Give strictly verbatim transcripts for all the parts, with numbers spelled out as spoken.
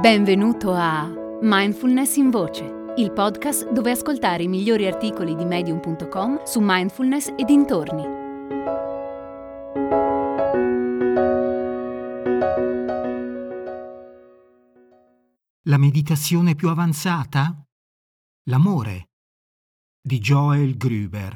Benvenuto a Mindfulness in Voce, il podcast dove ascoltare i migliori articoli di medium punto com su mindfulness e dintorni. La meditazione più avanzata? L'amore di Joel Gruber.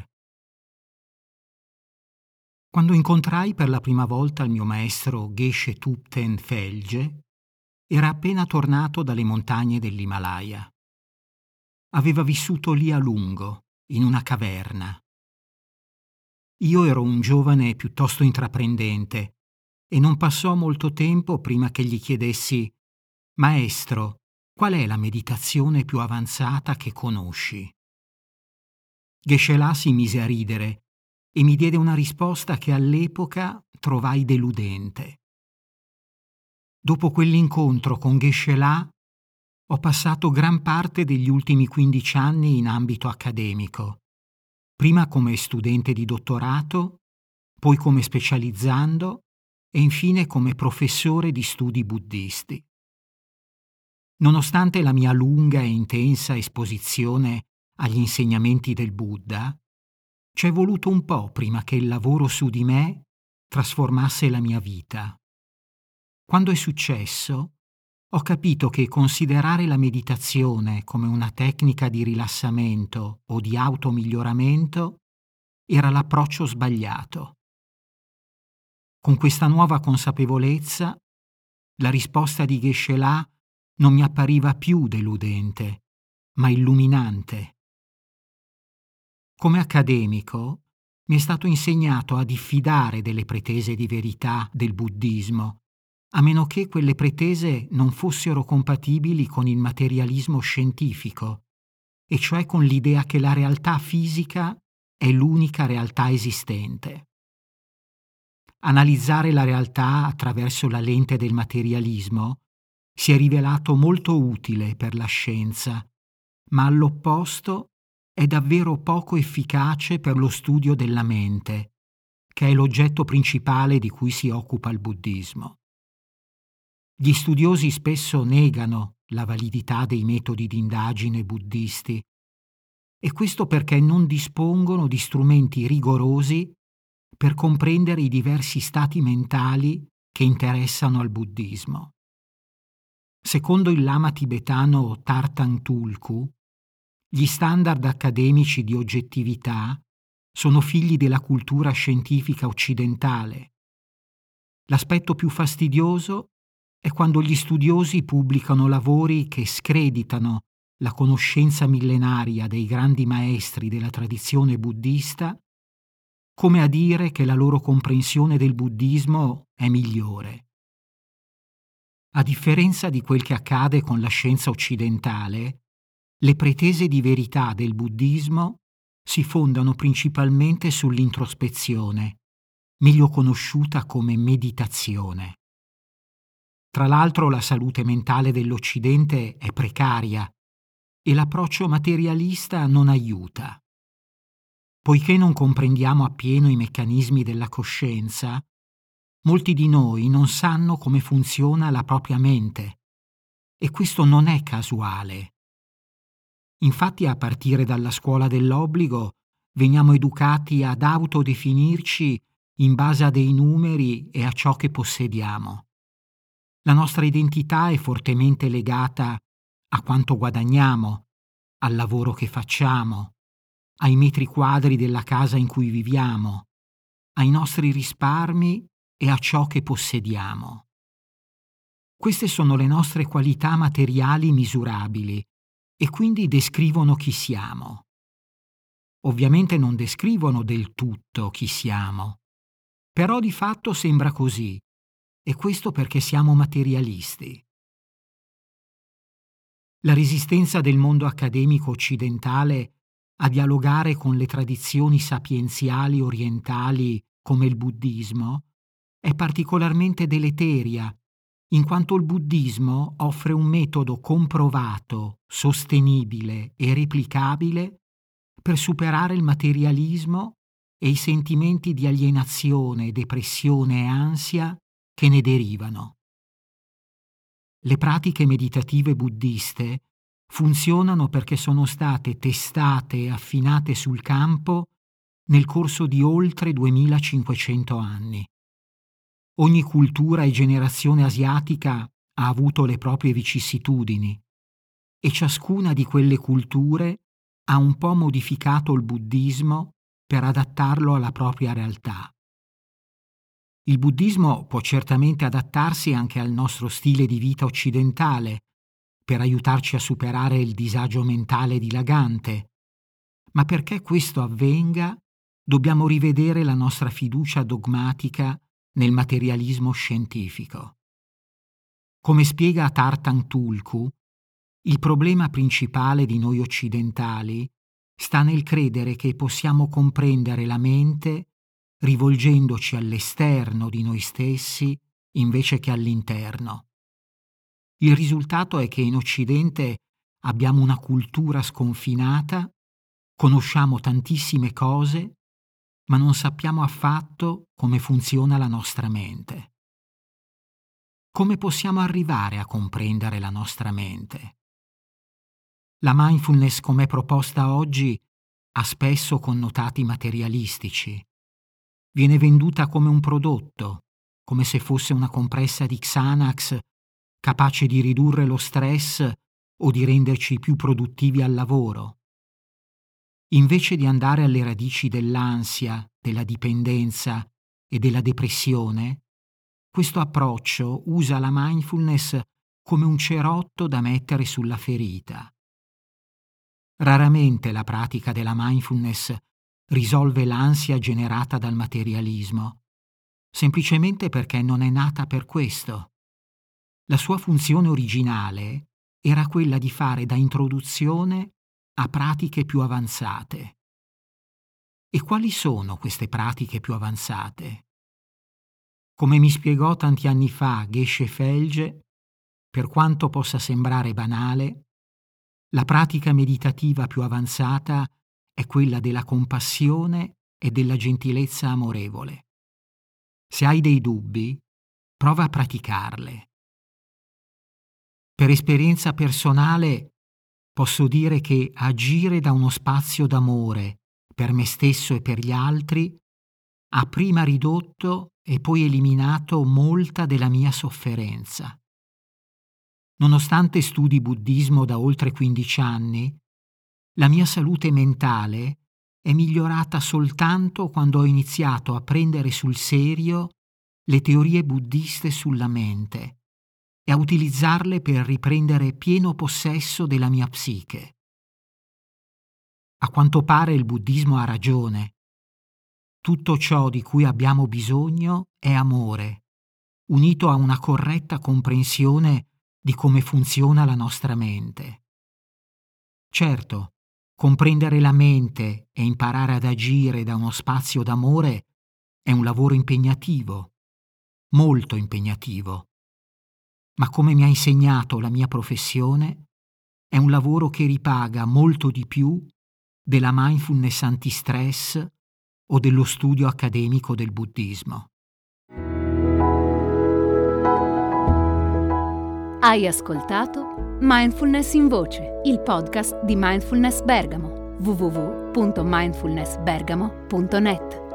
Quando incontrai per la prima volta il mio maestro Geshe Thupten Felge, era appena tornato dalle montagne dell'Himalaya. Aveva vissuto lì a lungo, in una caverna. Io ero un giovane piuttosto intraprendente e non passò molto tempo prima che gli chiedessi: «Maestro, qual è la meditazione più avanzata che conosci?» Geshe-la si mise a ridere e mi diede una risposta che all'epoca trovai deludente. Dopo quell'incontro con Geshe-la ho passato gran parte degli ultimi quindici anni in ambito accademico, prima come studente di dottorato, poi come specializzando e infine come professore di studi buddisti. Nonostante la mia lunga e intensa esposizione agli insegnamenti del Buddha, c'è voluto un po' prima che il lavoro su di me trasformasse la mia vita. Quando è successo, ho capito che considerare la meditazione come una tecnica di rilassamento o di automiglioramento era l'approccio sbagliato. Con questa nuova consapevolezza, la risposta di Geshe-la non mi appariva più deludente, ma illuminante. Come accademico, mi è stato insegnato a diffidare delle pretese di verità del buddismo, a meno che quelle pretese non fossero compatibili con il materialismo scientifico, e cioè con l'idea che la realtà fisica è l'unica realtà esistente. Analizzare la realtà attraverso la lente del materialismo si è rivelato molto utile per la scienza, ma all'opposto è davvero poco efficace per lo studio della mente, che è l'oggetto principale di cui si occupa il buddismo. Gli studiosi spesso negano la validità dei metodi di indagine buddisti, e questo perché non dispongono di strumenti rigorosi per comprendere i diversi stati mentali che interessano al buddismo. Secondo il lama tibetano Tarthang Tulku, gli standard accademici di oggettività sono figli della cultura scientifica occidentale. L'aspetto più fastidioso è quando gli studiosi pubblicano lavori che screditano la conoscenza millenaria dei grandi maestri della tradizione buddista, come a dire che la loro comprensione del buddismo è migliore. A differenza di quel che accade con la scienza occidentale, le pretese di verità del buddismo si fondano principalmente sull'introspezione, meglio conosciuta come meditazione. Tra l'altro la salute mentale dell'Occidente è precaria e l'approccio materialista non aiuta. Poiché non comprendiamo appieno i meccanismi della coscienza, molti di noi non sanno come funziona la propria mente, e questo non è casuale. Infatti, a partire dalla scuola dell'obbligo, veniamo educati ad autodefinirci in base a dei numeri e a ciò che possediamo. La nostra identità è fortemente legata a quanto guadagniamo, al lavoro che facciamo, ai metri quadri della casa in cui viviamo, ai nostri risparmi e a ciò che possediamo. Queste sono le nostre qualità materiali misurabili e quindi descrivono chi siamo. Ovviamente non descrivono del tutto chi siamo, però di fatto sembra così. E questo perché siamo materialisti. La resistenza del mondo accademico occidentale a dialogare con le tradizioni sapienziali orientali come il buddismo è particolarmente deleteria, in quanto il buddismo offre un metodo comprovato, sostenibile e replicabile per superare il materialismo e i sentimenti di alienazione, depressione e ansia che ne derivano. Le pratiche meditative buddiste funzionano perché sono state testate e affinate sul campo nel corso di oltre duemilacinquecento anni. Ogni cultura e generazione asiatica ha avuto le proprie vicissitudini e ciascuna di quelle culture ha un po' modificato il buddismo per adattarlo alla propria realtà. Il buddismo può certamente adattarsi anche al nostro stile di vita occidentale per aiutarci a superare il disagio mentale dilagante, ma perché questo avvenga dobbiamo rivedere la nostra fiducia dogmatica nel materialismo scientifico. Come spiega Tartang Tulku, il problema principale di noi occidentali sta nel credere che possiamo comprendere la mente rivolgendoci all'esterno di noi stessi invece che all'interno. Il risultato è che in Occidente abbiamo una cultura sconfinata, conosciamo tantissime cose, ma non sappiamo affatto come funziona la nostra mente. Come possiamo arrivare a comprendere la nostra mente? La mindfulness come proposta oggi ha spesso connotati materialistici. Viene venduta come un prodotto, come se fosse una compressa di Xanax capace di ridurre lo stress o di renderci più produttivi al lavoro. Invece di andare alle radici dell'ansia, della dipendenza e della depressione, questo approccio usa la mindfulness come un cerotto da mettere sulla ferita. Raramente la pratica della mindfulness risolve l'ansia generata dal materialismo, semplicemente perché non è nata per questo. La sua funzione originale era quella di fare da introduzione a pratiche più avanzate. E quali sono queste pratiche più avanzate? Come mi spiegò tanti anni fa Geshe Felge, per quanto possa sembrare banale, la pratica meditativa più avanzata è quella della compassione e della gentilezza amorevole. Se hai dei dubbi, prova a praticarle. Per esperienza personale posso dire che agire da uno spazio d'amore per me stesso e per gli altri ha prima ridotto e poi eliminato molta della mia sofferenza. Nonostante studi buddismo da oltre quindici anni, la mia salute mentale è migliorata soltanto quando ho iniziato a prendere sul serio le teorie buddiste sulla mente e a utilizzarle per riprendere pieno possesso della mia psiche. A quanto pare il buddismo ha ragione. Tutto ciò di cui abbiamo bisogno è amore, unito a una corretta comprensione di come funziona la nostra mente. Certo, comprendere la mente e imparare ad agire da uno spazio d'amore è un lavoro impegnativo, molto impegnativo. Ma come mi ha insegnato la mia professione, è un lavoro che ripaga molto di più della mindfulness antistress o dello studio accademico del buddismo. Hai ascoltato Mindfulness in Voce, il podcast di Mindfulness Bergamo, w w w punto mindfulness bergamo punto net.